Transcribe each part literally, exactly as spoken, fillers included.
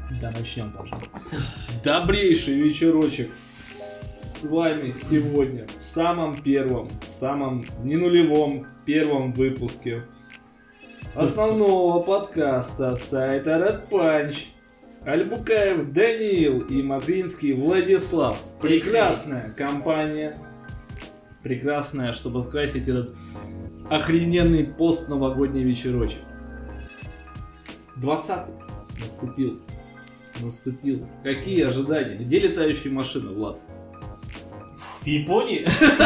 Да, начнем, пожалуйста. Добрейший вечерочек с вами сегодня в самом первом, в самом не нулевом, в первом выпуске основного подкаста сайта Red Punch. Альбукаев Даниил и Мавринский Владислав. Прекрасная компания. Прекрасная, чтобы скрасить этот охрененный постновогодний вечерочек. двадцатый наступил. Наступил. Какие ожидания? Где летающие машины, Влад? В Японии?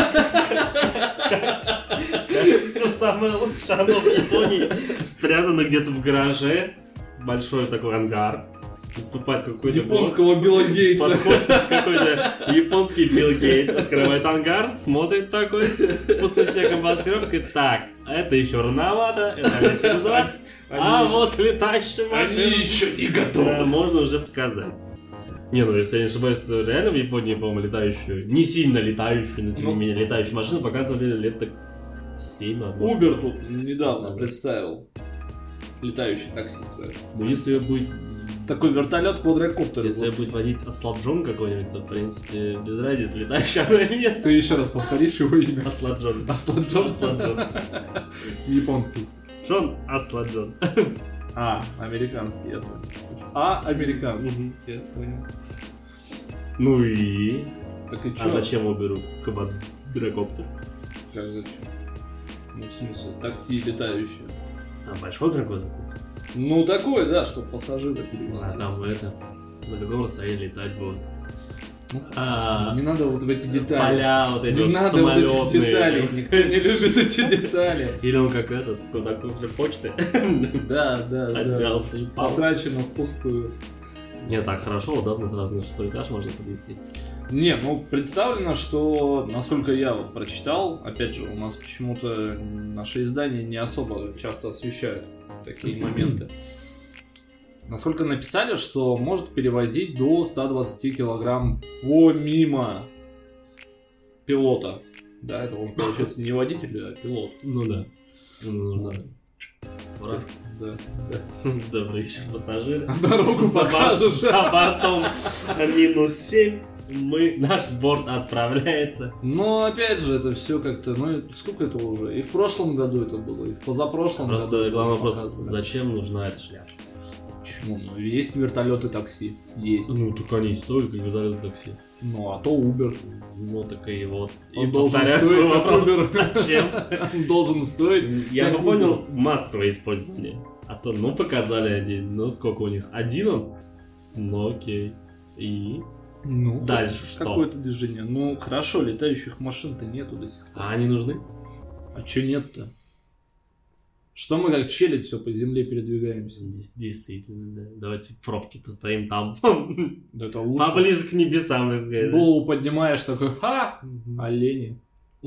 Все самое лучшее, оно в Японии спрятано где-то в гараже. Большой такой ангар. Наступает какой-то японского Билла Гейтса. Подходит какой-то японский Билл Гейтс, открывает ангар, смотрит такой по сусекам восьмерок и так, это еще рановато, это лет через двадцать, а еще... вот летающие машины. Они еще не готовы. Да, можно уже показать. Не, ну если я не ошибаюсь, реально в Японии, по-моему, летающую, не сильно летающую, но тем не менее летающую машину показывали лет так семь. Uber тут недавно представил летающий такси свое. Ну если будет... Такой вертолет-квадрокоптер. Если будет водить Асладжон какой-нибудь, то, в принципе, без разницы, летающий она или нет. Ты еще раз повторишь его имя. Асладжон. Асладжон? Асладжон. Японский. Джон Асладжон. А, американский, я понял. А, американский. Я понял. Ну и... Так и А чё? зачем уберу квадрокоптер? Как зачем? Ну, в смысле, такси летающее. А большой квадрокоптер? Ну, такой, да, чтобы пассажиры перевезти. А там это... На каком расстоянии летать будут? Ну, А, не надо вот в эти детали. Поля вот эти Не вот надо вот эти самолетные. детали. Никто не любит эти детали. Или он как этот, квадрокоптер почты. Да, да, да. Отнялся и пал. Потрачено впустую. Не, так хорошо, удобно, сразу на шестой этаж можно подвести. Не, ну представлено, что, насколько я вот прочитал, опять же, у нас почему-то наши издания не особо часто освещают такие моменты. Насколько написали, что может перевозить до ста двадцати килограмм помимо пилота. Да, это уже получается не водитель, а пилот. Ну да. Ну да. Ура. Да. Добрый вечер, пассажиры. Дорогу покажешь. За бортом минус семь. Мы, наш борт отправляется. Но опять же, это все как-то, ну сколько это уже? И в прошлом году это было, и в позапрошлом Просто году. главный вопрос, показывали. зачем нужна эта шляпа? Почему? Ну, есть вертолеты такси. Есть. Ну, так они стоят, как вертолет такси. Ну, а то Uber. Ну, так и вот. Он И должен повторяю стоить свой как вопрос. Uber. Зачем? Он должен стоить. Я как бы понял Uber. массовое использование. А то, ну, показали один. Ну, сколько у них? Один он? Ну, окей. И... Ну, Дальше что? Какое-то движение. Ну, хорошо, летающих машин-то нету до сих пор. А они нужны? А чё нет-то? Что мы как челядь все по земле передвигаемся? Дес- Действительно, да. Давайте в пробке постоим там. Да это лучше. Поближе к небесам, так сказать. Голову поднимаешь, такой, ха, Мгм. олени.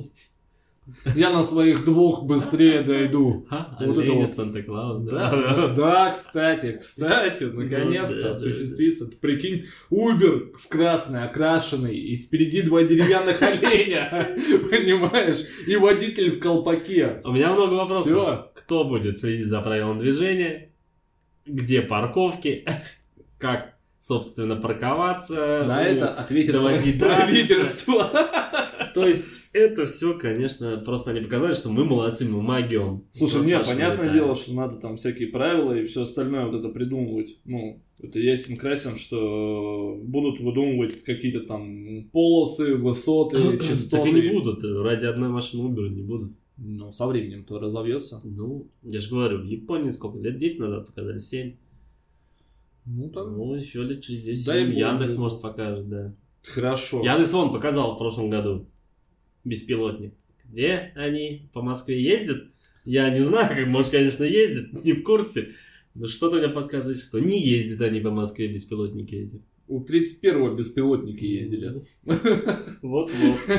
Я на своих двух быстрее дойду. А, Вот олени, это вот. Санта-Клаус, Да, да. да, кстати, кстати, наконец-то Ну, да, осуществится. Ты прикинь, Uber в красный, окрашенный, и спереди два деревянных оленя, понимаешь? И водитель в колпаке. У меня много вопросов. Всё. Кто будет следить за правилом движения? Где парковки? Как, собственно, парковаться? На У- это ответит довозить правительство. То есть, это все, конечно, просто они показали, что мы молодцы, мы могем. Слушай, Просто не, наши понятное летаем. дело, что надо там всякие правила и все остальное вот это придумывать. Ну, это ясен красен, что будут выдумывать какие-то там полосы, высоты, частоты. Так и не будут, ради одной машины Uber не будут. Ну, со временем то разовьется. Ну, я же говорю, в Японии сколько? Лет десять назад показали, семь. Ну, так. Ну, еще лет через десять Дай семь бог, Яндекс, дай может, покажет, да. Хорошо. Яндекс вон показал в прошлом году беспилотник. Где они по Москве ездят? Я не знаю, как, может, конечно, ездят, не в курсе. Но что-то мне подсказывает, что не ездят они по Москве беспилотники эти. У тридцать первого беспилотники ездили. Вот-вот.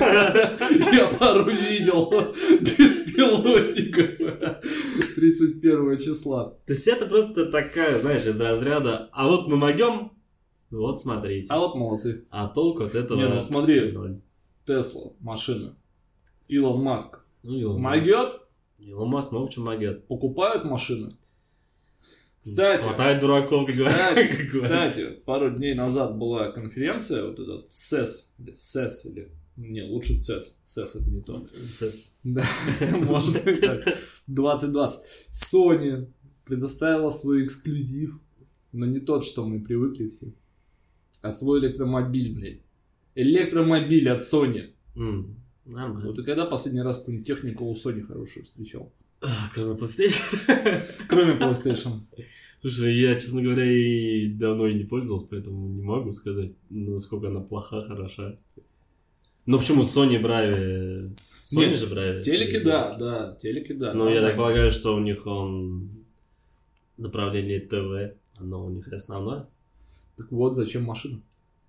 Я пару видел беспилотников тридцать первого числа. То есть это просто такая, знаешь, из разряда, а вот мы могем, вот смотрите. А вот молодцы. А толку от этого... Не, ну смотри. ноль. Тесла, машина. Илон Маск. Ну, Илон Маск. Могет? Илон Маск много чего могет. Покупают машины. Кстати, Хватает дураков, как кстати, говорят. кстати, пару дней назад была конференция, вот этот сэс, или сэс, или... Не, лучше сэс. сэс это не то. Сэс. Да, может быть так. двадцать двадцать. Sony предоставила свой эксклюзив, но не тот, что мы привыкли все, а свой электромобиль, блядь. Электромобиль от Sony. М, Нормально. Вот и когда последний раз какую-нибудь технику у Sony хорошую встречал? А, Кроме PlayStation. Кроме PlayStation. Слушай, я, честно говоря, и давно и не пользовался, поэтому не могу сказать, насколько она плоха, хороша. Но почему Sony брали? Sony Нет, же брали. Телеки, да, да, телеки, да. Ну, я так полагаю, что у них он направление ТВ, оно у них основное. Так вот, зачем машина?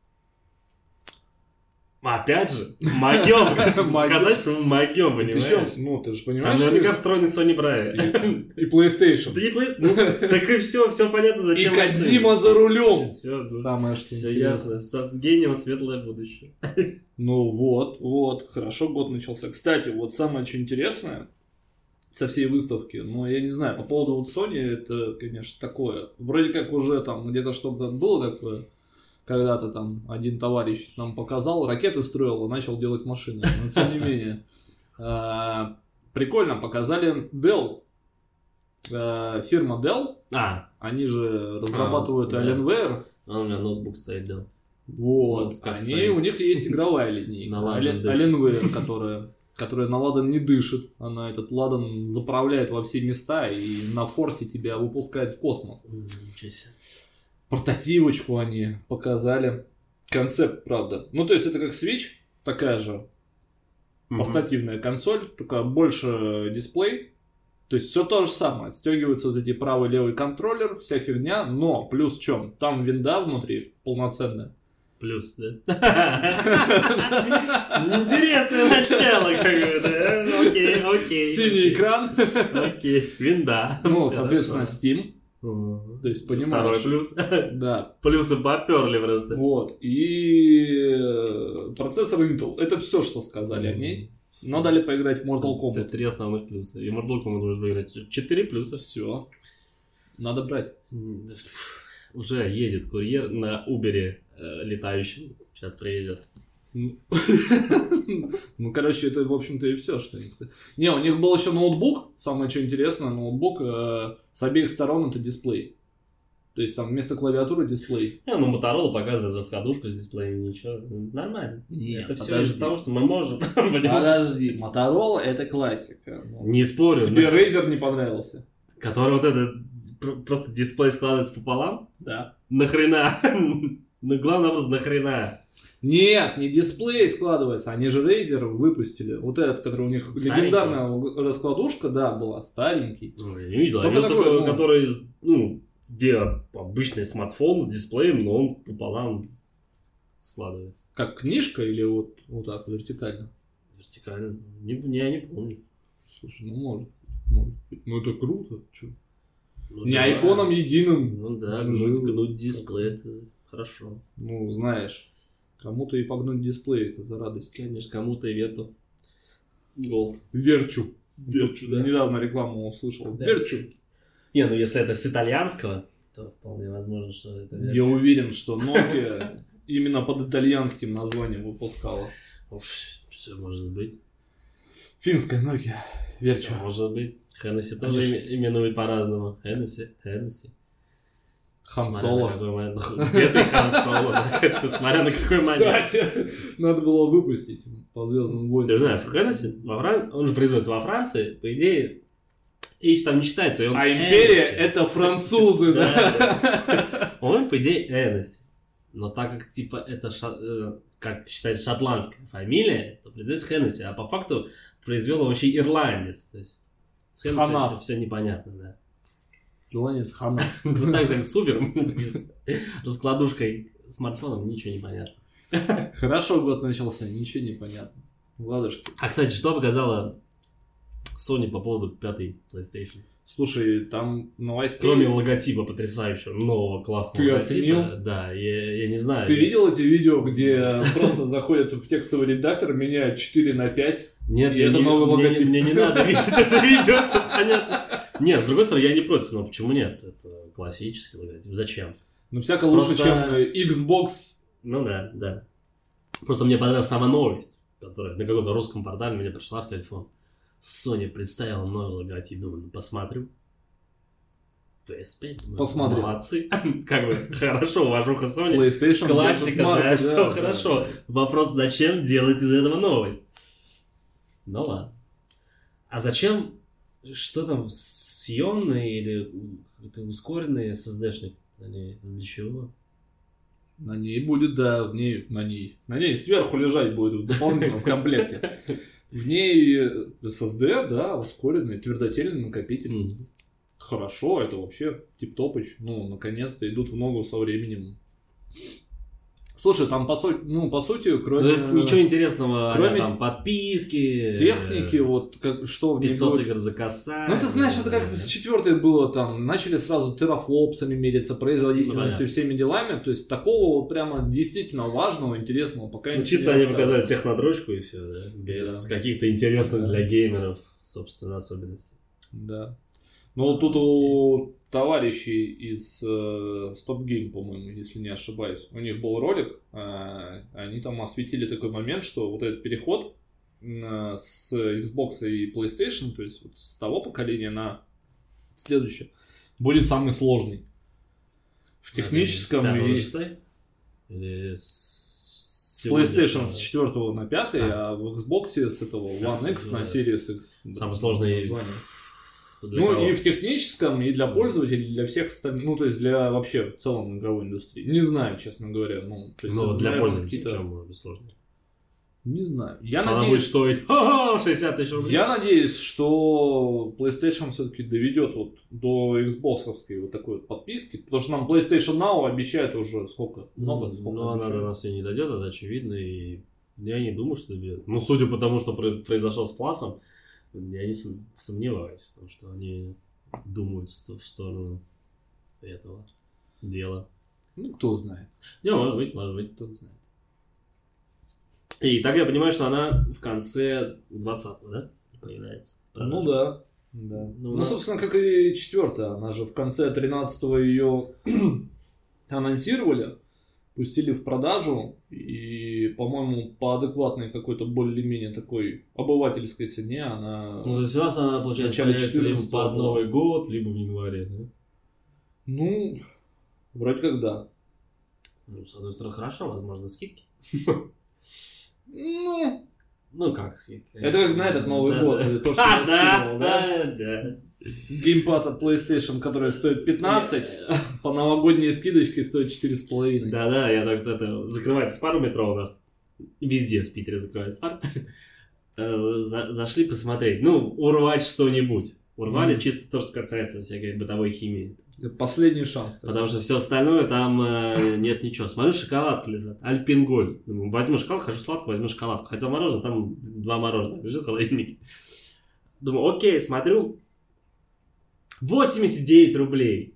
Опять же, могем, показать, что мы могем, понимаешь? Причем, ну, ты же Там понимаешь, наверняка встроенный Sony Брайер. и PlayStation. Да и Play- ну, так и все, все понятно, И зачем. Кодзима за рулем. Все, Самое что все интересно. ясно. Со- С гением светлое будущее. Ну вот, вот, хорошо год начался. Кстати, вот самое что интересное со всей выставки, ну, я не знаю, по поводу вот Sony, это, конечно, такое. Вроде как уже там где-то что-то было такое, когда-то там один товарищ нам показал, ракеты строил и начал делать машины. Но тем не менее. А, Прикольно, показали Dell. А, Фирма Dell, А, они же разрабатывают да. Alienware. а у меня ноутбук стоит, да. Вот, Ну, как они, стоит. у них есть игровая линейка, На ладан Али- дышит. Alienware, которая, которая на ладан не дышит, она этот ладан заправляет во все места и на форсе тебя выпускает в космос. М, Ничего себе. Портативочку они показали, концепт, правда. Ну, то есть это как Switch, такая же Мгм. портативная консоль, только больше дисплей. То есть все то же самое. Отстегиваются вот эти правый левый контроллер, вся фигня, но плюс в чем? Там винда внутри полноценная. Плюс, да? Интересное начало какое-то. Окей, окей. Синий экран. Окей, винда. Ну, соответственно, Steam. Мгм. То есть, Второй понимаешь. плюс. Да. Плюсы поперли просто. Вот. И э, процессор Intel. Это все, что сказали о ней. Но дали поиграть в Mortal Это Kombat. три основных плюса. И Mortal Kombat нужно выиграть. Четыре плюса. Все. Надо брать. М, да, фу. Уже едет курьер на Убере э, летающем. Сейчас привезет. Ну, короче, это, в общем-то, и все, что они... Не, у них был еще ноутбук. Самое, что интересно, ноутбук э, с обеих сторон это дисплей. То есть, там вместо клавиатуры дисплей. Не, ну, Motorola показывает раскладушку с дисплеем, ничего. Нормально. Нет, это все подожди. из-за того, что мы можем. Понимаешь? Подожди, Motorola это классика. Ну, Не спорю. тебе но- Razer не понравился? Который вот этот пр- просто дисплей складывается пополам? Да. Нахрена? Ну, главное просто нахрена? Нет, не дисплей складывается, они же Razer выпустили. Вот этот, который у них Старенький. легендарная раскладушка, да, была, старенький. Ну, я не видел. Я Только видел такой, такой, ну- который, ну, где обычный смартфон с дисплеем, но он пополам складывается. Как книжка или вот, вот так, вертикально? Вертикально. Не, не, я не помню. Слушай, ну может, может быть. Ну это круто. Чё? Ну, Не да. айфоном единым. Ну да, Жил. гнуть, гнуть дисплей, это хорошо. Ну, знаешь, кому-то и погнуть дисплей, это за радость. Конечно, кому-то и верту. Голд. Верчу. Верчу, да. Недавно рекламу услышал. Да. Верчу. Не, ну если это с итальянского, то вполне возможно, что это Я уверен, что Nokia именно под итальянским названием выпускала. Все может быть. Финская Nokia. Верчу. Всё может быть. Хеннесси тоже Конечно. име- именуют по-разному. Хеннесси, Хеннесси. Хан Смотря на Соло. какой момент. Где ты Хан Соло? да? Смотря на какой момент. Кстати, надо было выпустить по Звездным войнам. Ты знаешь, Хеннесси, во Фран- он же производится во Франции, по идее, H там не читается. и он А империя Hennessy. это французы, да? Да, да. Он, по идее, Хеннесси. Но так как, типа, это, ша- э, как считается, шотландская фамилия, то производится Хеннесси. А по факту произвел его вообще ирландец. То есть с Хеннесси Ханас. вообще все непонятно, да. Желанец Хана. Вот так же, с Uber, и с раскладушкой смартфоном ничего не понятно. Хорошо год начался, ничего не понятно. Ладушки. А, кстати, что показала Sony по поводу пятой PlayStation? Слушай, там новостей... Кроме логотипа потрясающего, нового классного Ты логотипа. оценил? Да, я, я не знаю. Ты видел эти видео, где просто заходят в текстовый редактор, меняют четыре на пять? Нет, И я это не, новый мне, логотип. мне не надо видеть это видео, это понятно. Нет, с другой стороны, я не против, но почему нет? Это классический логотип. Зачем? Ну, всяко лучше, Просто- чем Xbox. Ну да, да. Просто мне понравилась сама новость, которая на каком-то русском портале мне пришла в телефон. Sony представила новый логотип. Думаю, ну посмотрю. пи эс пять. Ну, Посмотрю. Молодцы. Как бы хорошо, уважуха Sony. PlayStation. Классика, держит марку, да, все да. хорошо. Вопрос, зачем делать из этого новость? Ну ладно. А зачем, что там, съемный или это ускоренный эс эс ди-шник? Они для чего? На ней будет, да, в ней, на ней, на ней сверху лежать будет дополнительно в комплекте. В ней эс эс ди, да, ускоренный, твердотельный накопитель. М. Хорошо, это вообще тип-топыч. Ну, наконец-то идут в ногу со временем. Слушай, там по сути, ну, по сути, кроме... Ну, это ничего интересного, кроме а там подписки, техники, вот, как, что в ней пятьсот будет. игр за косарь. Ну, ты знаешь, это как с четвертой было, там, начали сразу терафлопсами мериться, производительностью, Ну, всеми делами, то есть такого вот прямо действительно важного, интересного пока Ну, ничего чисто не они рассказывали. показали технодрочку и все, да? Без Да. каких-то интересных Да. для геймеров, собственно, особенностей. Да. Ну, вот тут у товарищей из э, Stop Game, по-моему, если не ошибаюсь, у них был ролик, э, они там осветили такой момент, что вот этот переход э, с Xbox и PlayStation, то есть вот с того поколения на следующее, будет самый сложный. В техническом С пятого и на шестой? Или с с сегодняшнего? PlayStation с четвертого на пятый, а. А. в Xbox с этого One X на Series X. Самый Да, сложный название. для Ну кого? и в техническом, и для пользователей, и для всех остальных, ну то есть для вообще в целом игровой индустрии. Не знаю, честно говоря. Ну, то есть Ну, это, для наверное, пользователей, какие-то- чем может быть сложно? Не знаю. Я Что она будет надеюсь, стоить ха-ха, шестьдесят тысяч рублей? я надеюсь, что PlayStation все-таки доведет вот до Xbox-овской вот такой вот подписки, потому что нам PlayStation Now обещают уже сколько? Много? Ну, Сколько ну, она обещают? до нас и не дойдет, это очевидно, и я не думаю, что добьет. Ну, судя по тому, что про- произошло с Пласом, я не сом- сомневаюсь в том, что они думают в сто- в сторону этого дела. Ну, кто знает. Не, может быть, может быть. Кто знает. И так я понимаю, что она в конце двадцатого, да, появляется? Ну да. Да. Ну, Ну, у нас- собственно, как и четвертая. Она же в конце тринадцатого ее анонсировали, пустили в продажу, и, по-моему, по адекватной какой-то более-менее такой обывательской цене она... Ну, то есть у нас она, получается, начале появится либо четырнадцатого под была. Новый год, либо в январе, да? Ну, вроде как да. Ну, с одной стороны, хорошо, возможно, скидки. Ну, Ну, как скидки? это как на этот Новый Да, год, да. то, что А, я да, скидывал, да? да, да. Геймпад от PlayStation, который стоит пятнадцать, по новогодней скидочке стоит четыре с половиной. Да-да, я так это... Закрывается спар метро у нас. Везде в Питере закрывается спар. Э, за- Зашли посмотреть. Ну, урвать что-нибудь. Урвали Мгм. чисто то, что касается всякой бытовой химии. Это последний шанс. Потому что все остальное там э, нет ничего. Смотрю, шоколадки лежат. Альпингольд. Думаю, возьму шоколадку, хочу сладкую, возьму шоколадку. Хотел мороженое, там два мороженых лежит в холодильнике. Думаю, окей, смотрю. восемьдесят девять рублей.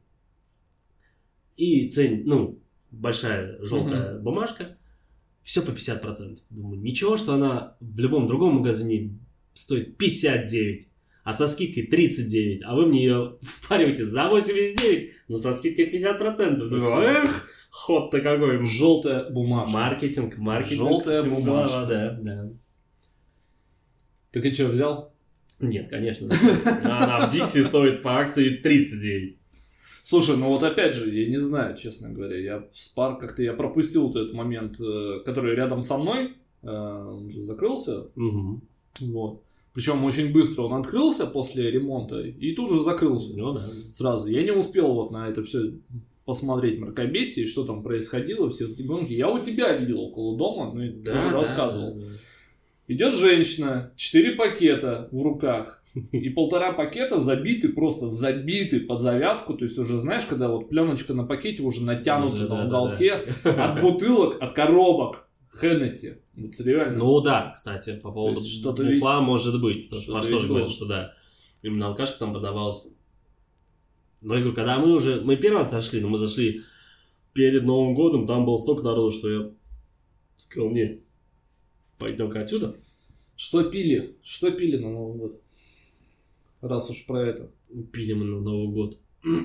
И цен, ну, большая желтая бумажка. Все по пятьдесят процентов. Думаю, ничего, что она в любом другом магазине стоит пятьдесят девять. А со скидкой тридцать девять. А вы мне ее впариваете за восемьдесят девять, но со скидкой пятьдесят процентов. Думаю, эх, ход-то какой. Желтая бумажка. Маркетинг, маркетинг. Желтая всему бумажка. голова, да, да. Так и что, взял? Нет, конечно. Она в Дикси стоит по акции тридцать девять. Слушай, ну вот опять же, я не знаю, честно говоря, я в Спар как-то я пропустил вот этот момент, э, который рядом со мной, э, он же закрылся, Угу. вот. Причем очень быстро он открылся после ремонта и тут же закрылся Ну да. сразу. Я не успел вот на это все посмотреть мракобесие, что там происходило, все эти гонки. Я у тебя видел около дома, ну и Да, тоже да, рассказывал. да, да. Идет женщина, четыре пакета в руках, и полтора пакета забиты, просто забиты под завязку, то есть уже знаешь, когда вот пленочка на пакете уже натянута Уже, на да, да, уголке, от бутылок, от коробок, Хеннесси. Вот реально. Ну да, кстати, по поводу есть что-то бухла может быть. Потому что что-то Паш тоже ведь говорил, было. что да, именно алкашка там продавалась. Но я говорю, когда мы уже, мы первый раз зашли, но мы зашли перед Новым годом, там было столько народу, что я сказал, не, пойдем-ка отсюда. Что пили? Что пили на Новый год? Раз уж про это. Пили мы на Новый год.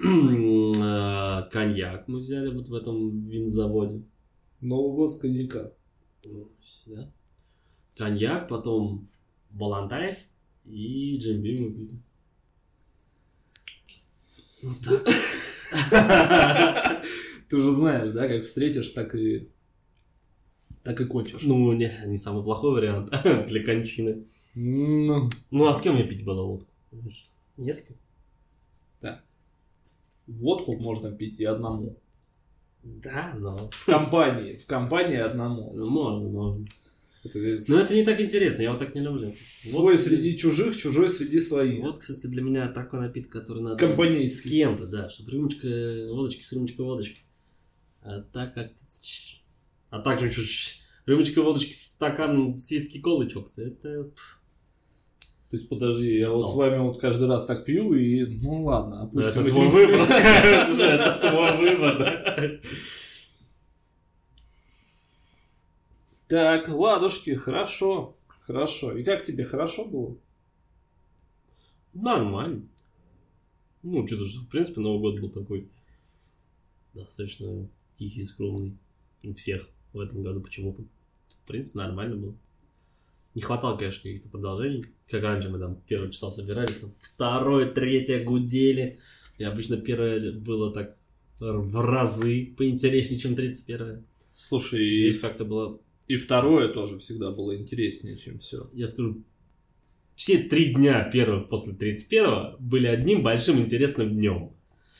Коньяк мы взяли вот в этом винзаводе. Новый год с коньяка. Да. Коньяк, потом Балантайс и Джимби мы пили. Вот так. Ты же знаешь, да, как встретишь, так и так и кончишь. Ну, не, не самый плохой вариант для кончины. Ну, ну, а с кем я пить было водку? Не с кем. Да. Водку можно пить и одному. Да, но... В компании. В компании одному. Ну, можно, можно. Это... Но это не так интересно, я вот так не люблю. Свой вот... среди чужих, чужой среди своих. Вот, кстати, для меня такой напиток, который надо с кем-то, да, чтобы рюмочка водочки с рюмочкой водочки. А так как-то... А так же чуть рюмочка водочки, стакан с виски колы чокаться, это... То есть, подожди, я вот Но. с вами вот каждый раз так пью, и ну ладно, опустим. Это твой выбор. Это твой выбор. Так, ладушки, хорошо, хорошо. И как тебе, хорошо было? Нормально. Ну, что-то, в принципе, Новый год был такой достаточно тихий и скромный у всех в этом году почему-то. В принципе, нормально было. Не хватало, конечно, каких-то продолжений. Как раньше мы там первое числа собирались, там второе, третье гудели. И обычно первое было так в разы поинтереснее, чем тридцать первое. Слушай, здесь как-то было... И второе тоже всегда было интереснее, чем все. Я скажу, все три дня первых после тридцать первого были одним большим интересным днем.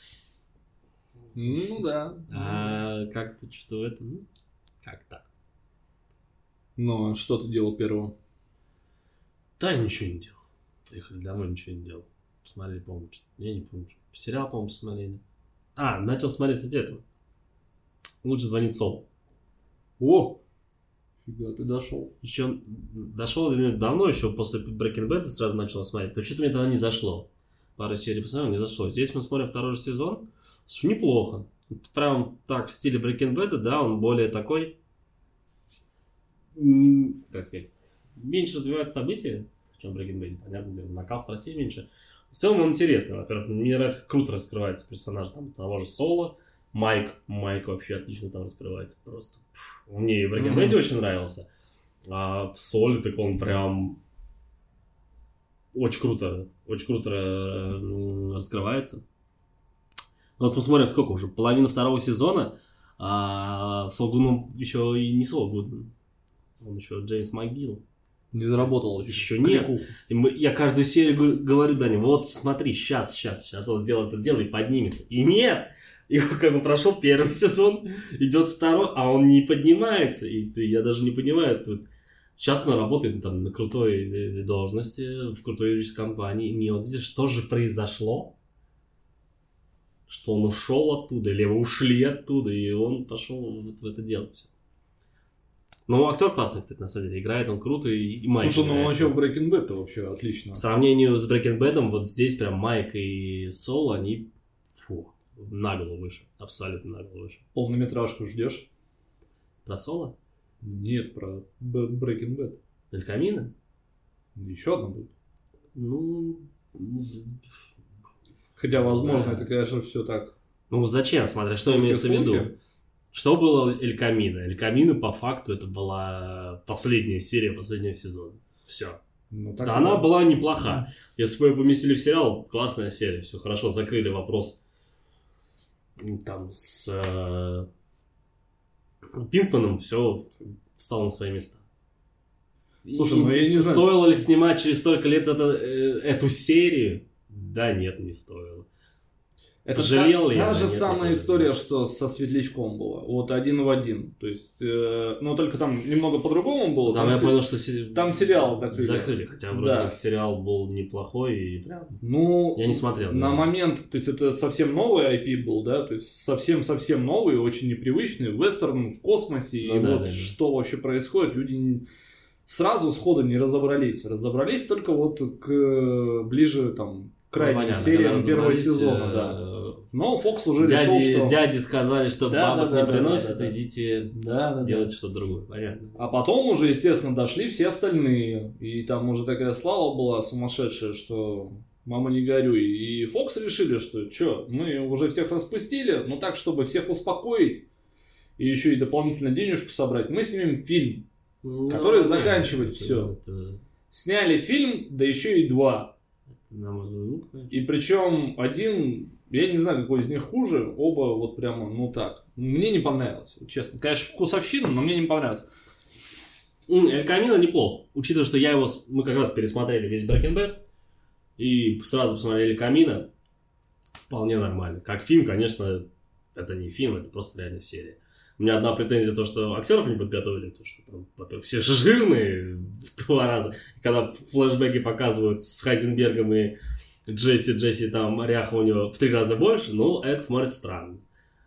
Ну да. А как-то что это? Ну, как так? Ну, а что ты делал первого? Да, ничего не делал. Приехали домой, ничего не делал. Посмотрели, по-моему, что... я не помню. Сериал, по-моему, посмотрели. А, начал смотреть от этого. Лучше звонить Солу. О! Фига, ты дошел. Еще дошел давно, еще после Breaking Bad сразу начал смотреть. То что-то мне тогда не зашло. Пару серий посмотрел, не зашло. Здесь мы смотрим второй же сезон. Слушай, неплохо. Прям так, в стиле Breaking Bad, да, он более такой... Как сказать? Меньше развивает события, чем Breaking Bad, понятно дело. Накал страстей меньше. В целом он интересный. Во-первых, мне нравится, как круто раскрывается персонаж там, того же Соло. Майк. Майк вообще отлично там раскрывается просто. Пфф. Мне и в Breaking Bad mm-hmm. очень нравился. А в Соле так он прям очень круто, очень круто раскрывается. Вот мы смотрим, сколько уже, половина второго сезона, а Сол Гудман еще и не Сол Гудман. Он еще Джеймс МcGill. Не заработал еще. Еще нет. И мы, я каждую серию говорю Дане, вот смотри, сейчас, сейчас, сейчас он сделает это дело и поднимется. И нет! И как бы прошел первый сезон, идет второй, а он не поднимается. И я даже не понимаю, тут сейчас он работает там на крутой должности, в крутой юридической компании. И мне вот здесь что же произошло? Что он ушел оттуда, или его ушли оттуда, и он пошел вот в это дело. Ну, актер классный, кстати, на самом деле. Играет он круто, и, и Майк. Слушай, ну он вообще в Breaking Bad вообще отлично. В сравнении с Breaking Bad'ом, вот здесь прям Майк и Сол, они фу, на голову выше. Абсолютно на голову выше. Полнометражку ждешь? Про Соло? Нет, про Breaking Bad. Эль Камино? Еще одна будет. Ну... Хотя, возможно, да. Это, конечно, все так. Ну, зачем? Смотря, что имеется в виду. Что было Эль Камино? Эль Камино, по факту, это была последняя серия последнего сезона. Все. Ну, да, она была неплоха. Если бы ее поместили в сериал, классная серия. Все хорошо, закрыли вопрос там с э, Пинкманом, все встало на свои места. Слушай, и, ну я не знаю. Стоило ли снимать через столько лет это, э, эту серию? Да нет, не стоило. Это жалел та, я, та же самая история, что со Светлячком была. Вот один в один. То есть, э, но только там немного по-другому было. Там, там я се... понял, что се... там сериал закрыли. Закрыли, хотя вроде да. как сериал был неплохой и прям. Ну, я не смотрел. На да. момент, то есть это совсем новый ай пи был, да, то есть совсем-совсем новый, очень непривычный, вестерн в космосе. Ну, и да, вот да, что да. вообще происходит, люди сразу сходу не разобрались. Разобрались только вот к ближе там крайним ну, сериям первого сезона, да. Но Фокс уже дяди, решил, что... Дяди сказали, что да, бабок да, не да, приносят, да, да, идите да, да, делать да. что-то другое. Понятно. А потом уже, естественно, дошли все остальные. И там уже такая слава была сумасшедшая, что мама не горюй. И Фокс решили, что что, мы уже всех распустили, но так, чтобы всех успокоить и еще и дополнительно денежку собрать, мы снимем фильм, Ну, который нет, заканчивает это- все. это- Сняли фильм, да еще и два. на мой взгляд, ну, конечно. И причем один, я не знаю, какой из них хуже, оба вот прямо, ну так. Мне не понравилось, вот честно. Конечно, вкусовщина, но мне не понравилось. М, Эль Камино неплох, учитывая, что я его, с- мы как раз пересмотрели весь Breaking Bad и сразу посмотрели Камино, вполне нормально. Как фильм, конечно, это не фильм, это просто реально серия. У меня одна претензия то, что актеров не подготовили, то, что там, во-первых, все жирные в два раза. Когда флешбеки показывают с Хайзенбергом и Джесси, Джесси там ряха у него в три раза больше, ну, это смотрится странно.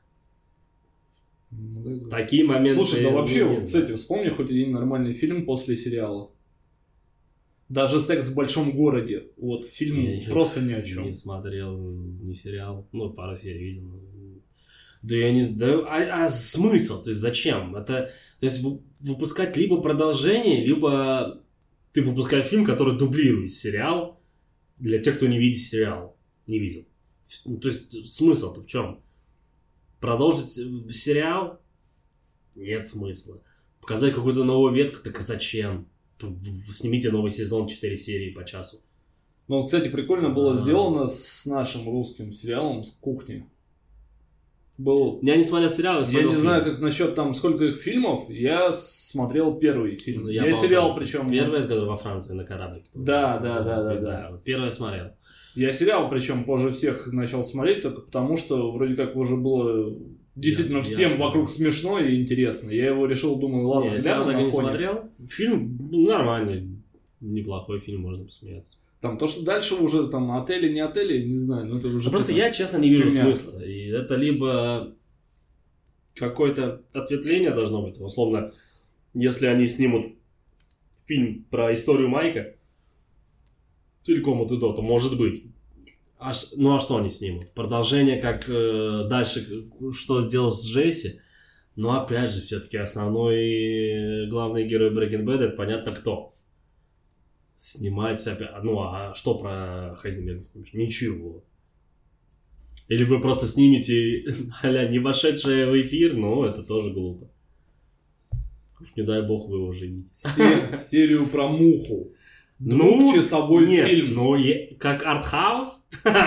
Такие моменты... Слушай, да ну, вообще, не вот, знаю. кстати, вспомни хоть один нормальный фильм после сериала. Даже «Секс в большом городе». Вот, фильм Не, просто ни о чем. Не смотрел ни сериал, ну, пару серий видел. но- Да я не знаю, а, а смысл, то есть зачем? Это, то есть вы- выпускать либо продолжение, либо ты выпускаешь фильм, который дублирует сериал для тех, кто не видит сериал, не видел. Ну, то есть смысл-то в чем? Продолжить э, сериал? Нет смысла. Показать какую-то новую ветку, так и зачем? В- в- Снимите новый сезон, четыре серии по часу. Ну, вот, кстати, прикольно было А. сделано с нашим русским сериалом, с «Кухни». Был... Я не смотрел сериал, я Я смотрел не фильм. знаю, как насчет там, сколько их фильмов, я смотрел первый фильм. Ну, Я, по-моему, сериал, тоже. причем... Первый, который во Франции на кораблике. Да, да, да, да, да. вот Первый я смотрел. Я сериал, причем позже всех начал смотреть, только потому что вроде как уже было действительно Я- всем ясно. вокруг смешно и интересно. Я его решил, думаю, ладно, Не, я сериал гляну так и на не фоне. смотрел. Фильм ну, нормальный. Неплохой фильм, можно посмеяться. Там то, что дальше уже там отели, не отели, не знаю, но это уже... Ну, просто какая-то- я, честно, не вижу фигня. смысла. И это либо какое-то ответвление должно быть. Условно, если они снимут фильм про историю Майка, целиком от и до, то может быть. А ш- ну а что они снимут? Продолжение, как э, дальше, к- что сделал с Джесси. Но опять же, все-таки основной э, главный герой Breaking Bad, это понятно кто. Снимать опять... Ну а что про Хайзенберга снимешь? Ничего. Или вы просто снимете а-ля не вошедшее в эфир, но это тоже глупо. Уж не дай бог вы его живите. Се- Серию про муху. Ну, Двухчасовой нет, фильм. ну, е- как артхаус,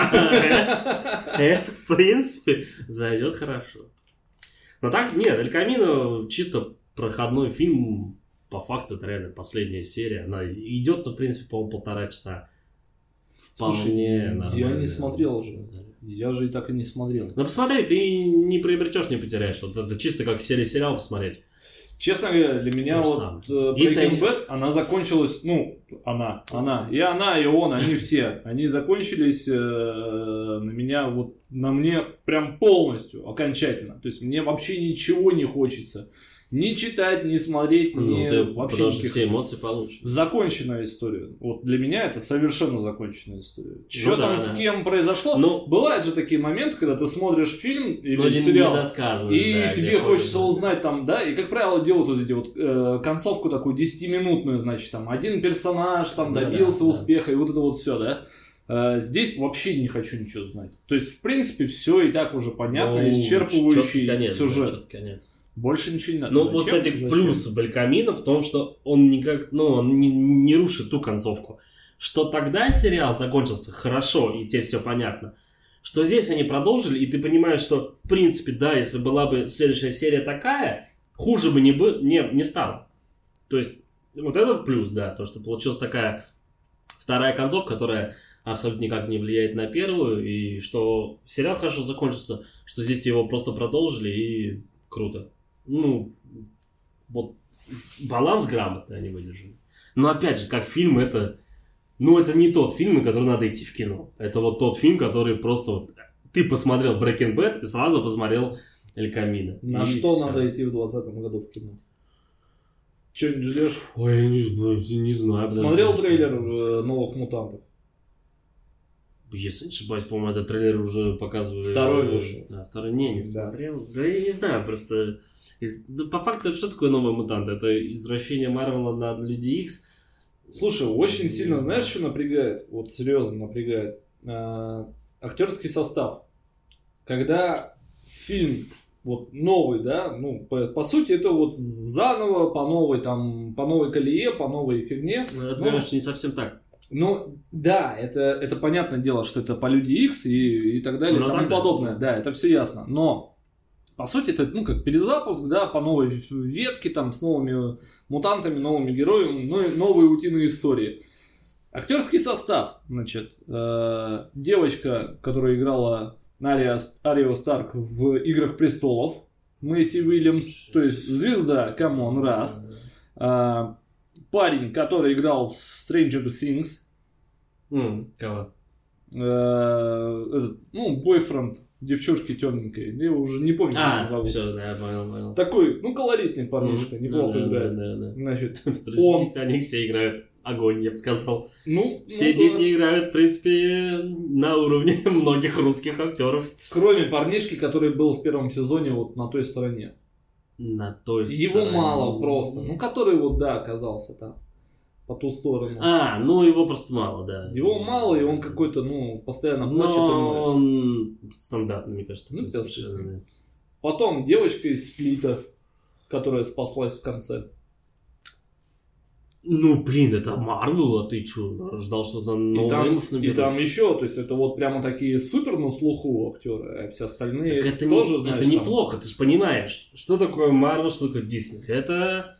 это, в принципе, зайдет хорошо. Но так, нет, Эль Камино чисто проходной фильм, по факту, это реально последняя серия. Она идет, в принципе, по-моему, полтора часа. Вполне Слушай, я нормально. не смотрел же. Я же и так и не смотрел. Ну, посмотри, ты не приобретешь, не потеряешь. Вот это чисто как серия-сериал посмотреть. Честно говоря, для меня То же вот самое. э, Если Breaking они- Bad, она закончилась, ну, она, она, и она, и он, они все, они закончились э, на меня, вот, на мне прям полностью, окончательно. То есть мне вообще ничего не хочется. Ни читать, ни смотреть, Ну, ни ты вообще потому что никаких- все эмоции получишь. Законченная история. Вот для меня это совершенно законченная история. Что Ну там да, с да. кем произошло? Ну, Бывают же такие моменты, когда ты смотришь фильм или но не- сериал, недосказанно, и да, тебе где хочется ходят. узнать там, да, и как правило делают вот эти вот э, концовку такую десятиминутную, значит, там один персонаж там Да, добился да, да. успеха и вот это вот все, да. Э, здесь вообще не хочу ничего знать. То есть, в принципе, все и так уже понятно, Ну, исчерпывающий чёткий конец, да, сюжет. чёткий конец. Больше ничего не надо. Ну, Зачем? вот, кстати, Зачем? плюс Белькамина в том, что он никак, ну, он не, не рушит ту концовку. Что тогда сериал закончился хорошо, и тебе все понятно. Что здесь они продолжили, и ты понимаешь, что, в принципе, да, если была бы следующая серия такая, хуже бы не, бы, не, не стало. То есть, вот это плюс, да, то, что получилась такая вторая концовка, которая абсолютно никак не влияет на первую, и что сериал хорошо закончился, что здесь его просто продолжили, и круто. Ну, вот с- баланс грамотный они выдержали. Но опять же, как фильм, это... Ну, это не тот фильм, на который надо идти в кино. Это вот тот фильм, который просто... Вот, ты посмотрел Breaking Bad и сразу посмотрел Эль Камино. На И что всё. надо идти в двадцатом году в кино? Че-нибудь ждешь? Ой, я не, знаю, не знаю. подожди, Смотрел что- трейлер э, «Новых мутантов»? Если не ошибаюсь, по-моему, этот трейлер уже показывали... Второй вышел. Да, второй не, не Да. смотрел. Да я не знаю, просто... из- да, по факту, что такое новый мутант? Это извращение Марвела на Люди Икс. Слушай, очень Не сильно, знаю. знаешь, что напрягает? Вот серьезно напрягает. э, актерский состав. Когда фильм вот новый, да, ну, по, по сути, это вот заново, по новой, там, по новой колее, по новой фигне. Ну, я понимаю, что не совсем так. Ну, да, это, это понятное дело, что это по Люди Икс и, и так далее, Ну, и тому так, да. подобное. Да, это все ясно. Но, по сути, это, ну, как перезапуск, да, по новой ветке, там, с новыми мутантами, новыми героями, ну, и новые утиные истории. Актерский состав, значит, э, девочка, которая играла Ария, Арио Старк в «Играх престолов», Мэйси Уильямс, то есть звезда, камон, раз. Э, парень, который играл в Stranger Things, Mm, кого? э, этот, ну, бойфренд девчушки темненькой, я его уже не помню, как А, его зовут. все, да, я понял, понял. Такой, ну, колоритный парнишка, Мгм. неплохо Да, да, играет. Да, да, да. Значит, В Stranger он, Things они все играют огонь, я бы сказал. ну, Все ну, дети играют, в принципе, на уровне многих русских актеров. кроме парнишки, который был в первом сезоне вот на той стороне. На той Его стороне. мало просто. Ну, который вот, да, оказался там. По ту сторону. А, ну его просто мало, да. Его мало, и он какой-то, ну, постоянно плачет. и ноет. Но он стандартный, мне кажется. Ну, такой пес совершенно, да. Потом девочка из Сплита, которая спаслась в конце. Ну, блин, это Марвел, а ты чё, ждал что-то И новое? там, и там еще, то есть это вот прямо такие супер на слуху актеры, а все остальные Так это, тоже, не, знаешь, это там- неплохо, ты же понимаешь, что такое Марвел, что такое Дисней. Это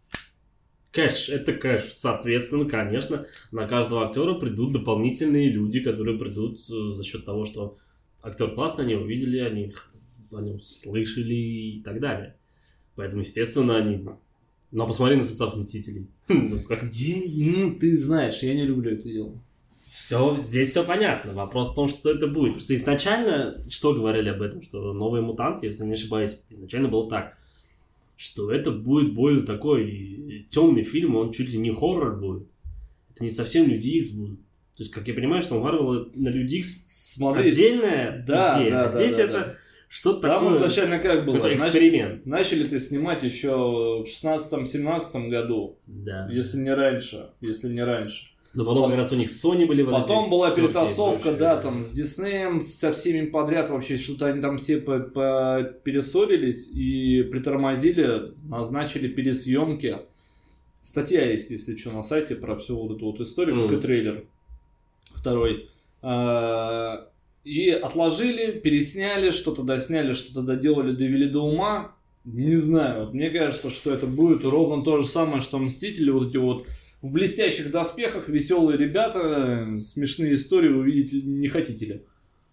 кэш, это кэш. Соответственно, конечно, на каждого актера придут дополнительные люди, которые придут э, за счет того, что актер классный, они увидели, они о нем слышали и так далее. Поэтому, естественно, они... Но посмотри на состав Мстителей. Ну, как... Я- ну, ты знаешь, я не люблю это дело. Все, здесь все понятно. Вопрос в том, что это будет. Просто изначально, что говорили об этом, что новый мутант, если не ошибаюсь, изначально было так, что это будет более такой темный фильм, он чуть ли не хоррор будет. Это не совсем Люди Икс будет. То есть, как я понимаю, что у Марвела на Люди Икс Смотри, отдельная да, идея. да, А да, здесь да, это да. что-то Там такое, изначально как было? какой-то Нач- эксперимент. Начали-то снимать еще в шестнадцатом-семнадцатом году, Да. если не раньше, если не раньше. Но потом как раз у них Sony были вот Потом эти была стёрки и перетасовка, прочее. да, там с Диснеем, со всеми подряд вообще, что-то они там все по- по- перессорились и притормозили, назначили пересъемки. Статья есть, если что, на сайте про всю вот эту вот историю, Мгм. как и трейлер второй. А, И отложили, пересняли, что-то досняли, что-то доделали, довели до ума. Не знаю, вот мне кажется, что это будет ровно то же самое, что Мстители, вот эти вот в блестящих доспехах, веселые ребята, смешные истории вы видеть не хотите ли?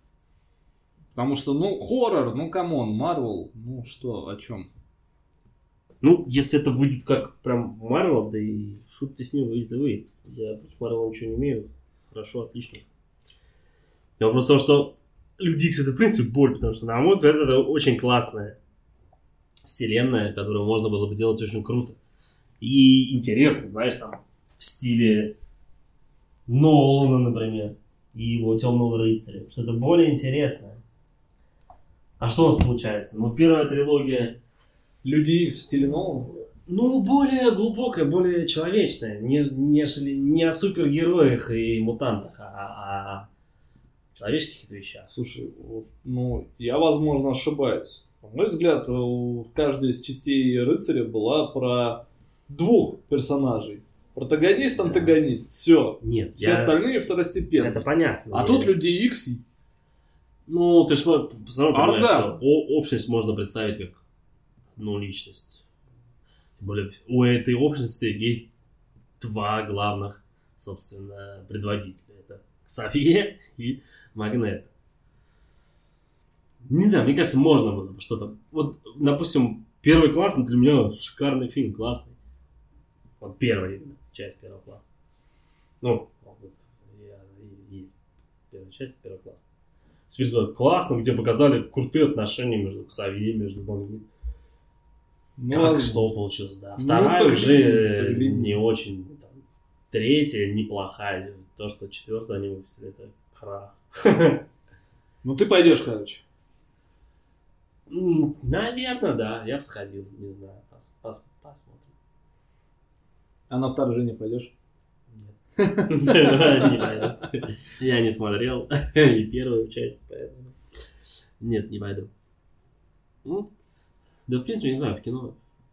Потому что, ну, хоррор, ну, камон, Марвел, ну, что, о чем? Ну, если это выйдет как прям Марвел, да и шутки с ним выйдет и выйдет. Я против Марвела ничего не имею. Хорошо, отлично. Но вопрос в том, что Люди Икс это в принципе боль, потому что, на мой взгляд, это очень классная вселенная, которую можно было бы делать очень круто. И интересно, знаешь, там, в стиле Нолана, например, и его Темного рыцаря. Что-то более интересное. А что у нас получается? Ну, первая трилогия... Люди Икс в стиле Нолана? Ну, более глубокая, более человечная, не, нежели не о супергероях и мутантах, а о человеческих вещах. Слушай, вот, ну, я, возможно, ошибаюсь. На мой взгляд, у каждой из частей рыцаря была про двух персонажей. Протагонист, антагонист. Все. Нет, Все я... остальные второстепенные. это понятно. А Я- тут Люди Икс. Ну, ты же все равно понимаешь, Орда. что о- общность можно представить как одну личность. Тем более, у этой общности есть два главных, собственно, предводителя. Это Ксавье и Магнето. Не знаю, мне кажется, можно было бы что-то... Вот, допустим, первый класс для меня шикарный фильм, классный. Вот первая именно часть первого класса. Ну, вот я, есть первая часть первого класса. Список классно, где показали крутые отношения между Ксавье, между Магнето. Ну, Как ладно. что получилось, да. Ну, Вторая так уже и- так и- не очень. Там, третья неплохая. То, что четвертая они выпустили, это крах. Ну, ты пойдешь, короче. Наверное, да. Я бы сходил. Не знаю. Пос- пос- посмотрим. А на вторжение пойдешь? Нет. Не пойду. Я не смотрел и первую часть, поэтому... Нет, не пойду. Ну, да, в принципе, не знаю, в кино.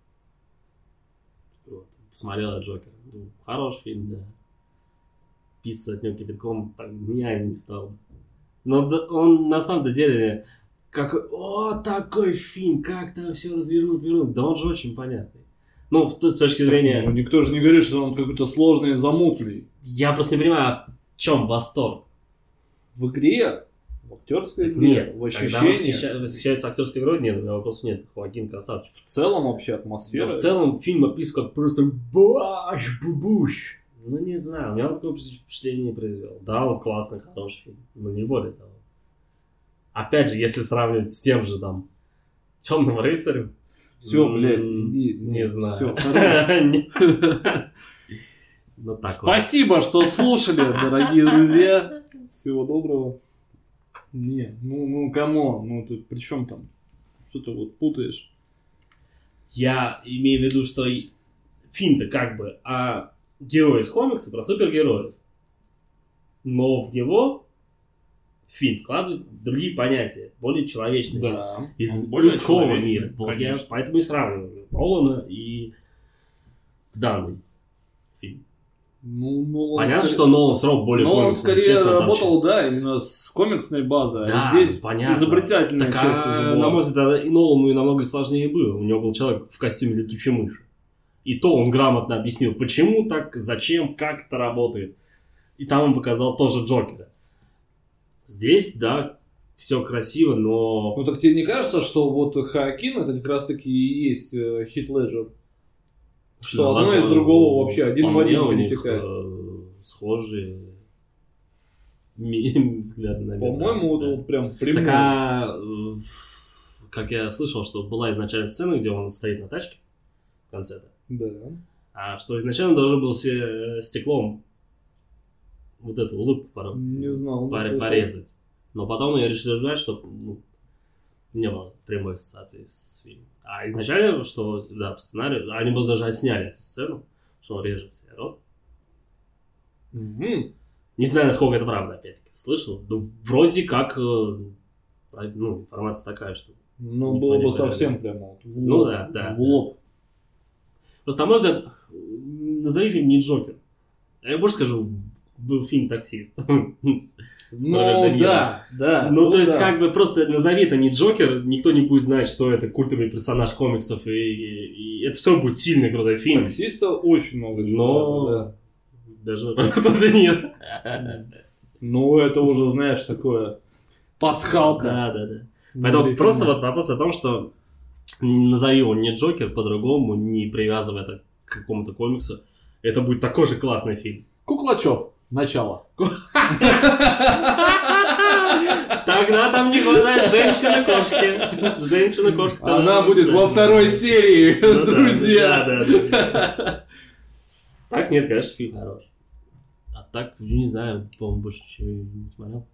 Вот, посмотрел я Джокера. Ну, хороший фильм, да. Питься от него кипятком, я им не стал. Но он на самом деле... Какой, о, такой фильм, как там все развернут, вернут. Да он же очень понятный. Ну, с точки зрения... Ну, никто же не говорит, что он какой-то сложный и замутлый. Я просто не понимаю, в чем восторг. В игре? В актерской игре? Нет. В ощущении? Когда восхища... восхищается актерской игрой, нет, у меня вопросов нет. Хоакин красавчик. В целом вообще атмосфера? Но в целом фильм описан как просто баш бубуш. Ну, не знаю, у меня вот такое впечатление не произвел. Да, он классный, хороший фильм, но не более того. Опять же, если сравнивать с тем же там Темным рыцарем. Все, блядь, иди. Не знаю. Все, хорош. Ну, так Спасибо, что слушали, дорогие друзья. Всего доброго. Не, ну, ну, камон, ну, тут при чем там? Что ты вот путаешь? Я имею в виду, что фильм-то как бы о герое из комикса про супергероев. Но в него фильм вкладывает другие понятия, более человечные. Да. Из более людского мира. Вот я поэтому и сравниваю Нолана и данный фильм. Ну, Нолан понятно, скорее... что Нолан срок более Нолан комиксный. скорее работал, там... да, именно с комиксной базой. Да, а здесь понятно. изобретательная так, часть а, уже была. на мой взгляд, и Нолану и намного сложнее было. У него был человек в костюме летучей мыши. И то он грамотно объяснил, почему так, зачем, как это работает. И там он показал тоже Джокера. Здесь, да, все красиво, но... Ну так тебе не кажется, что вот Хоакин это как раз таки и есть э, Хит Леджер? Что ну, одно возможно, из другого вообще один в один у них перетекает. Э, схожие взгляды на мир. По-моему, да. вот прям прямой. Так, а, как я слышал, что была изначально сцена, где он стоит на тачке в конце-то. Да. А что изначально должен был се- стеклом вот эту улыбку пора, Не знал. пор- порезать. Но потом я решил ждать, чтобы ну, не было прямой ассоциации с фильмом. А изначально, что да, по сценарию, они бы даже отсняли эту сцену, что он режет себе рот. Угу. Не знаю, насколько это правда, опять-таки. Слышал? Ну, вроде как, ну, информация такая, что... Ну, было бы совсем прямо вот в лоб. Ну да, да. В лоб. Просто, на мой взгляд, назови фильм не Джокер. А я больше скажу, был фильм «Таксист». Ну, да, да. Ну, то есть, как бы, просто назови это не Джокер, никто не будет знать, что это культовый персонаж комиксов, и это все будет сильный крутой фильм. «Таксиста» очень много чего. Но... Даже Роберта Де Ниро. Ну, это уже, знаешь, такое... Пасхалка. Да, да, да. Поэтому просто вот вопрос о том, что назови его не Джокер по-другому, не привязывая это к какому-то комиксу, это будет такой же классный фильм. Куклачев. Начало. Тогда там не хватает женщины-кошки. Женщина-кошка. Она будет во второй серии, друзья. Да, да. Так нет, конечно, фильм хороший. А так, не знаю, по-моему, больше ничего не смотрел.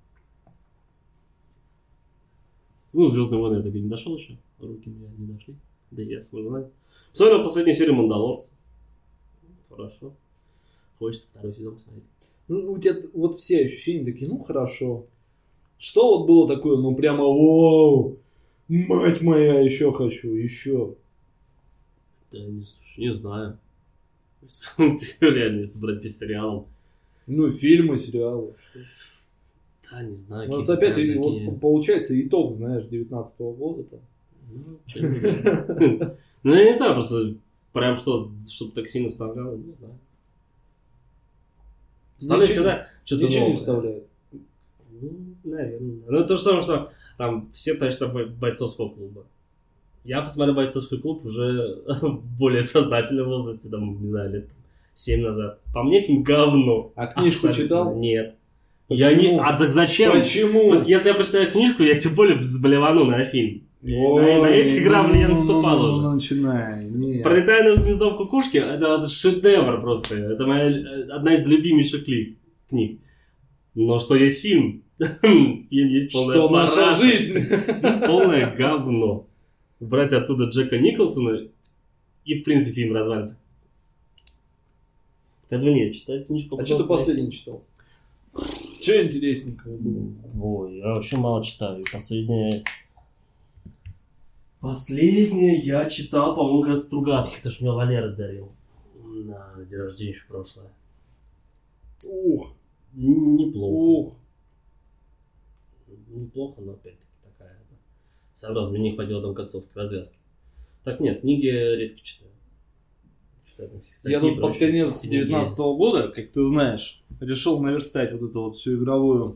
Ну, «Звездные войны» я так и не дошел еще. Руки у меня не дошли. Да я сложно знать. Посмотрел последнюю серию «Мандалорца». Хорошо. Хочется второй сезон посмотреть. Ну, у тебя вот все ощущения такие, ну, хорошо. Что вот было такое, ну, прямо, вау, мать моя, еще хочу, еще. Да, не, слушай, не знаю. Реально, если брать по сериалам. Ну, фильмы, сериалы. Что? Да, не знаю. У нас опять и, вот, получается итог, знаешь, девятнадцатого года-то. Ну, ну, я не знаю, просто прям что, чтобы так сильно вставляло, не знаю. Вставляет всегда что-то Ничего новое. не вставляет. Ну, наверное. Ну, то же самое, что там все тащатся бойцовского клуба. Я посмотрел «Бойцовский клуб» уже в более сознательном возрасте, там, не знаю, лет семь назад. По мне фильм говно. А книжку Абсолютно. читал? Нет. Почему? Я не... А так зачем? Почему? Вот если я прочитаю книжку, я тем более блевану на фильм. Ой, на, на эти грабли я ну, наступал ну, уже. Ну, начинай. Нет. «Пролетая над гнездом кукушки» — это вот шедевр просто. Это моя одна из любимейших книг. книг. Но что есть фильм? Фильм есть полная Что параша. наша жизнь? Полное говно. Убрать оттуда Джека Николсона, и в принципе фильм развалится. Поэтому нет, читать книжку... А что ты последний читал? Что интересненького было? Ой, я вообще мало читаю. Последнее... Последнее я читал, по-моему, как раз Стругацких, потому что мне Валера дарил на день рождения еще прошлое. Ух! Неплохо. Ух! Неплохо, но опять-таки такая... Своеобразно, мне не хватило там концовки, развязки. Так нет, книги редко читаю. читаю там, я тут под конец девятнадцатого года, как ты знаешь, решил наверстать вот эту вот всю игровую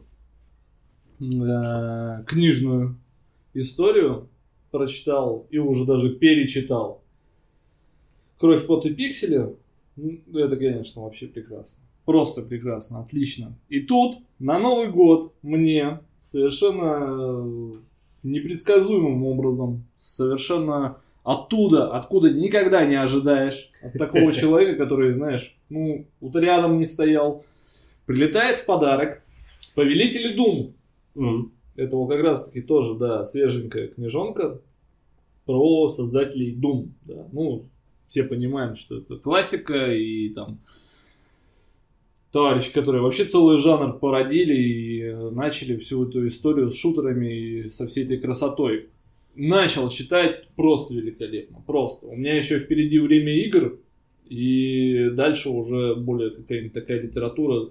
э, книжную историю. Прочитал и уже даже перечитал «Кровь, пот и пиксели». Это, конечно, вообще прекрасно. Просто прекрасно, отлично. И тут на Новый год мне совершенно непредсказуемым образом, совершенно оттуда, откуда никогда не ожидаешь от такого человека, который, знаешь, ну, вот рядом не стоял, прилетает в подарок «Повелители Дум». Mm. Это вот как раз-таки тоже, да, свеженькая книжонка про создателей Doom. Да. Ну, все понимаем, что это классика, и там товарищи, которые вообще целый жанр породили и начали всю эту историю с шутерами и со всей этой красотой. Начал читать просто великолепно, просто. У меня еще впереди время игр, и дальше уже более какая-нибудь такая литература,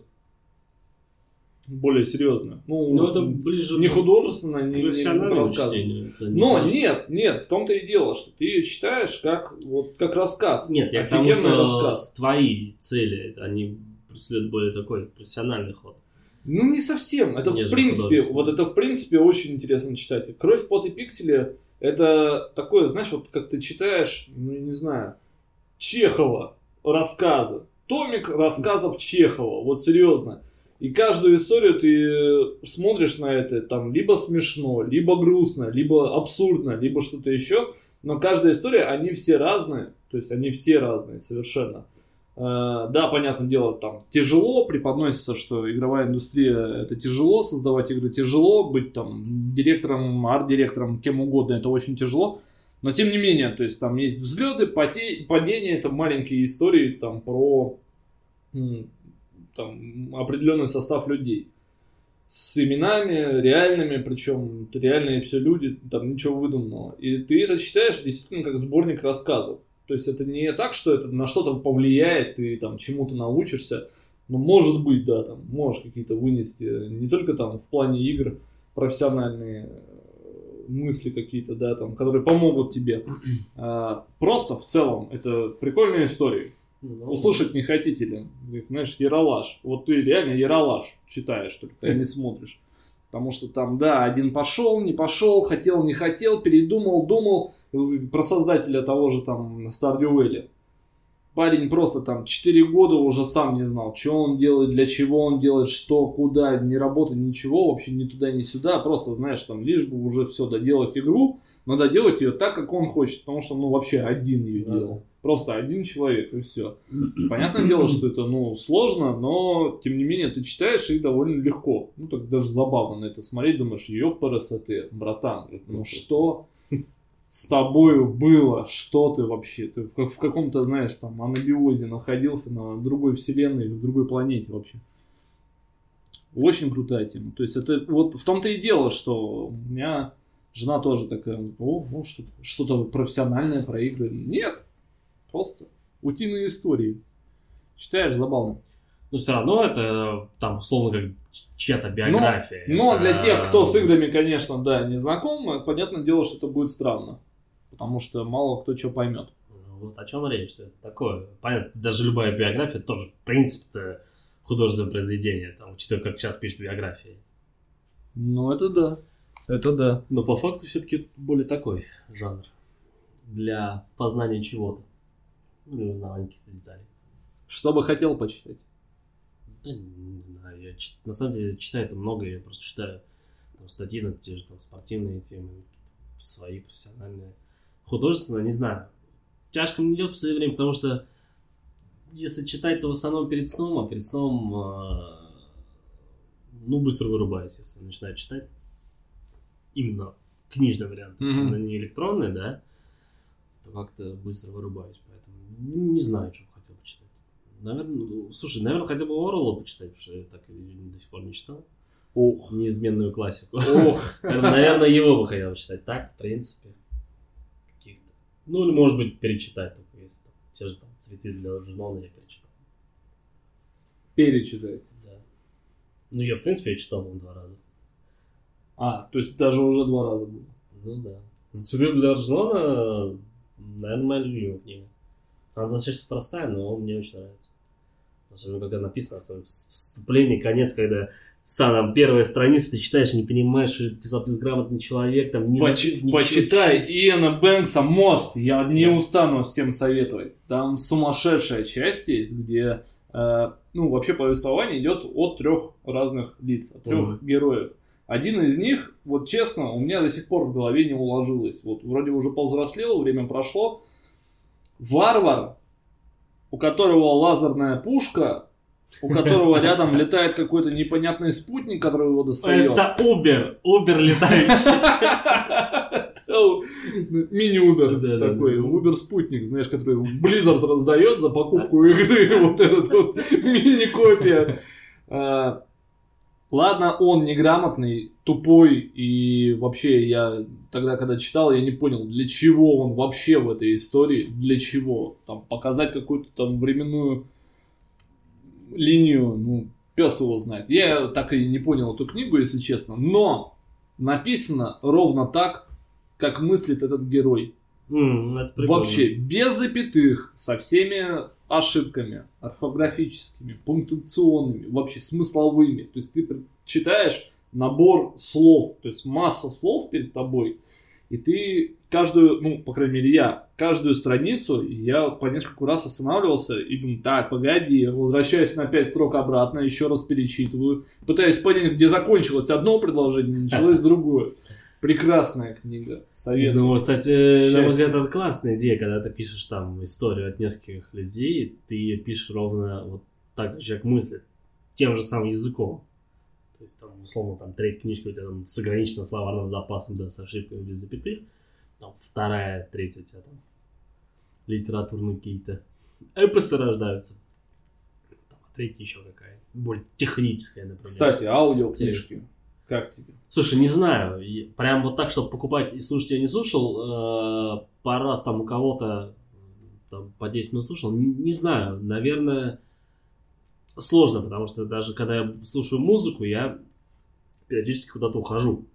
более серьезная. Ну, ну это ближе не художественная, не, профессиональное не чтение. Но нет, нет, в том-то и дело, что ты ее читаешь как, вот, как рассказ. Нет, я потому что рассказ. Твои цели, они преследуют более такой профессиональный ход. Ну, не совсем. Это в принципе, вот это в принципе очень интересно читать. «Кровь, пот и пиксели» — это такое, знаешь, вот как ты читаешь, ну, я не знаю, Чехова рассказы. Томик рассказов Чехова, вот серьезно. И каждую историю ты смотришь на это, там, либо смешно, либо грустно, либо абсурдно, либо что-то еще. Но каждая история, они все разные. То есть они все разные совершенно. Uh, да, понятное дело, там тяжело преподносится, что игровая индустрия — это тяжело, создавать игры тяжело, быть там директором, арт-директором, кем угодно, это очень тяжело. Но тем не менее, то есть там есть взлеты, падения, это маленькие истории там про там, определенный состав людей. С именами реальными, причем реальные все люди, там ничего выдуманного. И ты это читаешь действительно как сборник рассказов. То есть это не так, что это на что-то повлияет, ты там чему-то научишься. Но может быть, да, там можешь какие-то вынести, не только там в плане игр, профессиональные мысли какие-то, да, там, которые помогут тебе. А, просто в целом это прикольные истории. Услышать не хотите ли? Знаешь, ералаш. Вот ты реально ералаш читаешь, только не смотришь. Потому что там, да, один пошел, не пошел, хотел, не хотел, передумал, думал. Про создателя того же там Stardew Valley. Парень просто там четыре года уже сам не знал, что он делает, для чего он делает, что, куда, ни работы, ничего, вообще ни туда, ни сюда. Просто, знаешь, там лишь бы уже все доделать игру, но доделать ее так, как он хочет, потому что, ну, вообще один ее делал. Просто один человек, и все. Понятное дело, что это, ну, сложно, но, тем не менее, ты читаешь и довольно легко. Ну, так даже забавно на это смотреть, думаешь, ёпарасоте, братан, ну что с тобою было, что ты вообще, ты в, в каком-то, знаешь, там, анабиозе находился на другой вселенной, в другой планете вообще. Очень крутая тема. То есть это вот в том-то и дело, что у меня жена тоже такая, о, ну что-то, что-то профессиональное про игры. Нет, просто утиные истории. Читаешь, забавно. Но все равно это там условно как чья-то биография. Но, но это... для тех, кто с играми, конечно, да, не знаком, понятное дело, что это будет странно. Потому что мало кто что поймет. Вот о чем речь, что это такое. Понятно, даже любая биография тоже, в принципе, художественное произведение, там, учитывая, как сейчас пишут биографии. Ну, это да. Это да. Но по факту все-таки более такой жанр. Для познания чего-то. Ну, или узнавания каких-то деталей. Что бы хотел почитать? Да, не знаю. Я, на самом деле читаю это много, я просто читаю там, статьи на те же там, спортивные темы, свои профессиональные. Художественно, не знаю. Тяжко мне идет в последнее время, потому что если читать, то в основном перед сном, а перед сном э, ну, быстро вырубаюсь, если начинаю читать. Именно книжный вариант. То есть, mm-hmm. не электронный, да, то как-то быстро вырубаюсь. Поэтому не знаю, что бы хотел почитать. Наверное, слушай, наверное, хотя бы Оруэлла почитать, потому что я так до сих пор не читал. Ох. Неизменную классику. Ох. Наверное, его бы хотел читать. Так, в принципе. Каких-то. Ну, или, может быть, перечитать. Только если там, те же там «Цветы для Алджернона» я перечитал. Перечитать? Да. Ну, я, в принципе, я читал, по-моему, два раза. А, то есть даже уже два раза было. Ну, да. «Цветы для Алджернона», наверное, моя любимая книга. Она достаточно простая, но мне очень нравится. Особенно, когда написано в вступлении, конец, когда сам первая страница, ты читаешь и не понимаешь, что это писал безграмотный человек. Там, не Поч- ничего, почитай ничего. Иэна Бэнкса «Мост». Я не Да. устану всем советовать. Там сумасшедшая часть есть, где э, ну, вообще повествование идет от трех разных лиц, от трех Mm-hmm. героев. Один из них, вот честно, у меня до сих пор в голове не уложилось. Вот вроде уже повзрослел, время прошло. Варвар, у которого лазерная пушка, у которого рядом летает какой-то непонятный спутник, который его достает. Это Убер, Убер летающий. Мини-Убер Да, да, такой, да. Убер-спутник, знаешь, который Blizzard раздает за покупку игры, вот этот вот мини-копия. А, Ладно, он неграмотный, тупой, и вообще я тогда, когда читал, я не понял, для чего он вообще в этой истории, для чего. Там показать какую-то там временную линию, ну, пес его знает. Я так и не понял эту книгу, если честно, но написано ровно так, как мыслит этот герой. М, это прикольно. Вообще, без запятых, со всеми ошибками орфографическими, пунктуационными, вообще смысловыми. То есть ты читаешь набор слов, то есть масса слов перед тобой, и ты каждую, ну, по крайней мере, я, каждую страницу, я по несколько раз останавливался и думаю, так, погоди, возвращаюсь на пять строк обратно, еще раз перечитываю, пытаюсь понять, где закончилось одно предложение, началось другое. Прекрасная книга, советую. Ну, кстати, на мой взгляд, это классная идея, когда ты пишешь там историю от нескольких людей, ты ее пишешь ровно вот так, как человек мыслит, тем же самым языком. То есть, там, условно, там, третья книжка у тебя там с ограниченным словарным запасом, да, с ошибками без запятых, там, вторая, третья у тебя там литературные какие-то эпосы рождаются, там, а третья еще какая, более техническая, например. Кстати, аудиокнижки, как тебе? Слушай, не знаю, и прям вот так, чтобы покупать и слушать, я не слушал. Э, пару раз там у кого-то там, по десять минут слушал. Не, не знаю, наверное, сложно, потому что даже когда я слушаю музыку, я периодически куда-то ухожу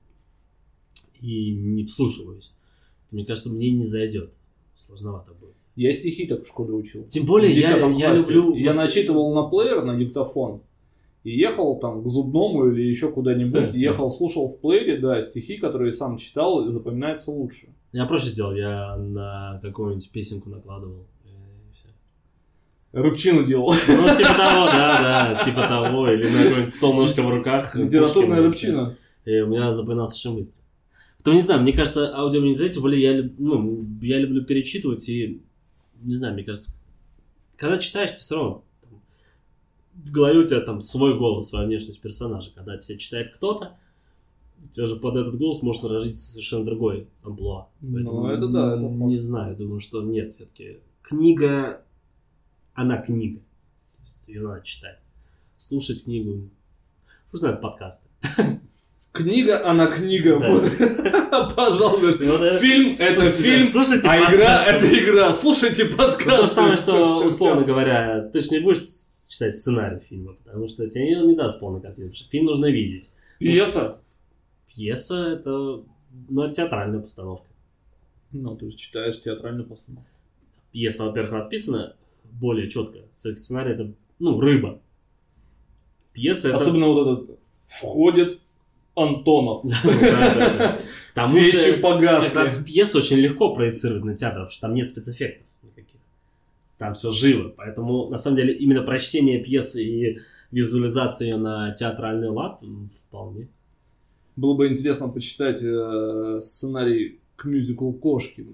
и не вслушиваюсь. Мне кажется, мне не зайдет. Сложновато будет. Я стихи так в школе учил. Тем более, В я, десятом я классе. люблю... Я вот- начитывал на плеер, на диктофон. И ехал там к зубному или еще куда-нибудь. Ехал, слушал в плеере, да, стихи, которые сам читал, и запоминается лучше. Я проще делал, я на какую-нибудь песенку накладывал. И всё. Рыбчину делал. Ну, типа того, да, да, типа того. Или на какое-нибудь солнышко в руках. Литературная Пушкина, рыбчина. И у меня запоминался очень быстро. Потом, не знаю, мне кажется, аудио не знаете, более я, люб- ну, я люблю перечитывать и, не знаю, мне кажется, когда читаешь, ты все равно там, в голове у тебя там свой голос, своя внешность персонажа. Когда тебя читает кто-то, у тебя же под этот голос может родиться совершенно другой амплуа. Ну, Поэтому это да, это факт. не знаю, думаю, что нет, все-таки книга, она книга. То есть ее надо читать. Слушать книгу. Пусть надо подкасты. Книга, она книга. Да. Вот. Пожалуйста. Вот это- Фильм — это Да, фильм, слушайте а игра — подкасты. это игра. Слушайте Ну, то же подкасты. самое, Всё, что, всё, условно всё. говоря, ты же не будешь читать сценарий фильма, потому что тебе не, не даст полной картины, потому что фильм нужно видеть. Пьеса. Пьеса — это, ну, это театральная постановка. Ну, ты же читаешь театральную постановку. Пьеса, во-первых, расписана более четко. Сценарий — это, ну, рыба. Пьеса — это... Особенно вот этот «Входит Антонов». Да, да, да. Потому Свечи что погасли. как раз пьесу очень легко проецировать на театр, потому что там нет спецэффектов никаких. Там все живо. Поэтому, на самом деле, именно прочтение пьесы и визуализация ее на театральный лад м, вполне. Было бы интересно почитать э, сценарий к мюзиклу «Кошки».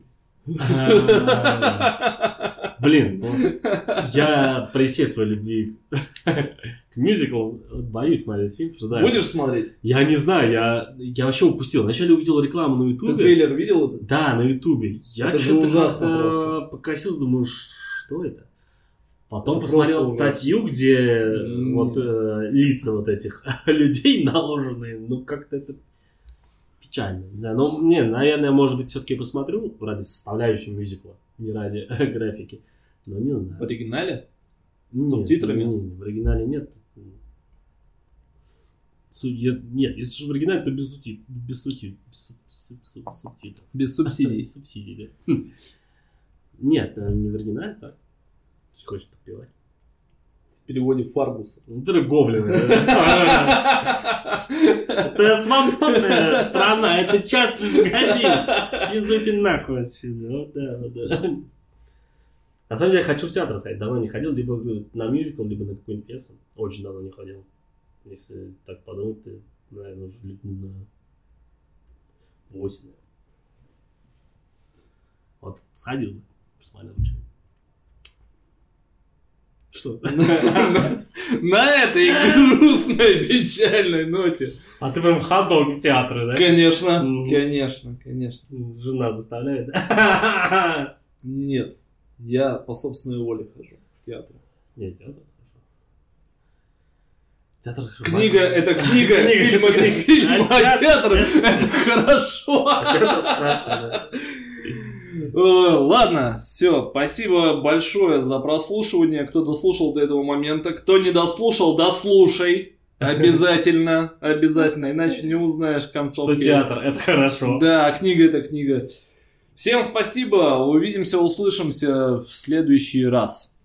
Блин, ну, я при всей своей любви к мюзиклу боюсь смотреть фильм. потому что, да, Будешь смотреть? Я не знаю, я, я вообще упустил. Вначале увидел рекламу на Ты Ютубе. трейлер видел это? Да, на Ютубе. Я Это же что-то ужасно как-то просто. покосился, думаю, что это? Потом Это посмотрел просто статью, где М. вот э, лица вот этих людей наложенные. Ну, как-то это печально. Не знаю. Ну, не, наверное, может быть, все-таки посмотрю ради составляющей мюзикла, не ради графики. Но не знаю. В оригинале? С Нет, субтитрами? не, не, в оригинале нет. Су- ес- Нет, если в оригинале, то без субтитров. Без субти- суб- суб- суб- субтитров. Без субсидий. Субсидий, да. Хм. Нет, э, не в оригинале, так. Если хочешь подпевать. В переводе Фаргуса. Ну, ты гоблины. да. Это свободная страна, это частный магазин. Пиздуйте нахуй отсюда. Вот да, вот да. На самом деле, хочу в театр сходить. Давно не ходил, либо на мюзикл, либо на какую-нибудь пьесу. Очень давно не ходил. Если так подумать, ты, наверное, уже лет, не знаю, восемь. Вот сходил бы, посмотрел бы. Что? На этой грустной, печальной ноте. А ты прям ходок в театры, да? Конечно, Мгм. конечно, конечно. Жена заставляет, да? Нет, я по собственной воле хожу в театр. Нет, театр хорошо. Театр хорошо. Книга — это книга, Книга, фильм — это книга. фильм, А а театр- театр — это хорошо. Театр хорошо, да. Э, Ладно, все, спасибо большое за прослушивание. Кто дослушал до этого момента, кто не дослушал, дослушай. Обязательно, обязательно, иначе не узнаешь Что концовки. театр, это хорошо. Да, книга — это книга. Всем спасибо, увидимся, услышимся в следующий раз.